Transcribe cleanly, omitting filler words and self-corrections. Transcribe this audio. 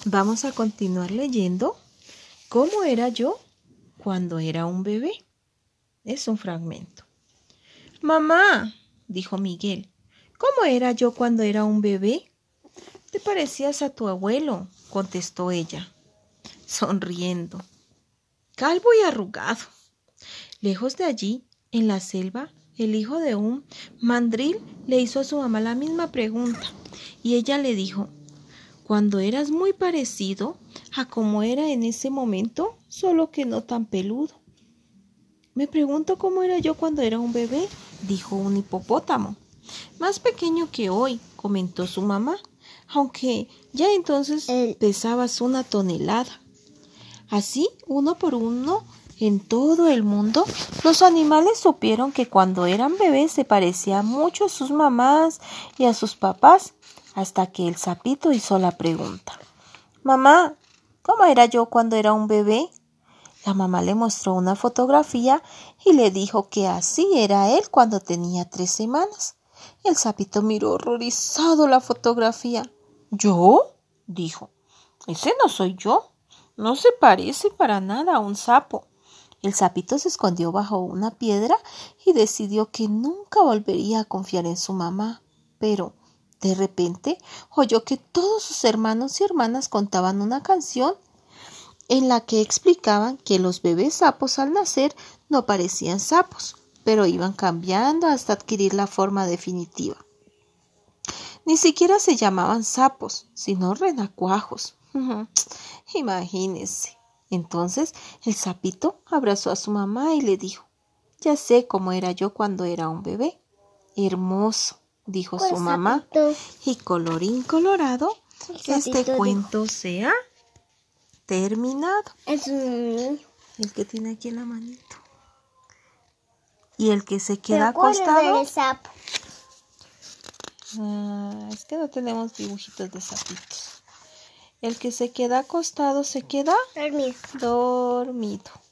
Vamos a continuar leyendo cómo era yo cuando era un bebé. Es un fragmento. Mamá, dijo Miguel, ¿cómo era yo cuando era un bebé? Te parecías a tu abuelo, contestó ella, sonriendo, calvo y arrugado. Lejos de allí, en la selva, el hijo de un mandril le hizo a su mamá la misma pregunta y ella le dijo, cuando eras muy parecido a como era en ese momento, solo que no tan peludo. Me pregunto cómo era yo cuando era un bebé, dijo un hipopótamo. Más pequeño que hoy, comentó su mamá, aunque ya entonces pesabas 1 tonelada. Así, uno por uno, en todo el mundo, los animales supieron que cuando eran bebés se parecían mucho a sus mamás y a sus papás, hasta que el sapito hizo la pregunta. Mamá, ¿cómo era yo cuando era un bebé? La mamá le mostró una fotografía y le dijo que así era él cuando tenía 3 semanas. El sapito miró horrorizado la fotografía. ¿Yo? Dijo. Ese no soy yo. No se parece para nada a un sapo. El sapito se escondió bajo una piedra y decidió que nunca volvería a confiar en su mamá. Pero, de repente, oyó que todos sus hermanos y hermanas contaban una canción en la que explicaban que los bebés sapos al nacer no parecían sapos, pero iban cambiando hasta adquirir la forma definitiva. Ni siquiera se llamaban sapos, sino renacuajos. Imagínense. Entonces el sapito abrazó a su mamá y le dijo, ya sé cómo era yo cuando era un bebé. Hermoso, dijo su mamá. Y colorín colorado, este cuento se ha terminado. Es un... El que tiene aquí en la manito. Y el que se queda ¿Pero cuál acostado. es el sapo? Es que no tenemos dibujitos de sapitos. El que se queda acostado se queda Dormido. dormido.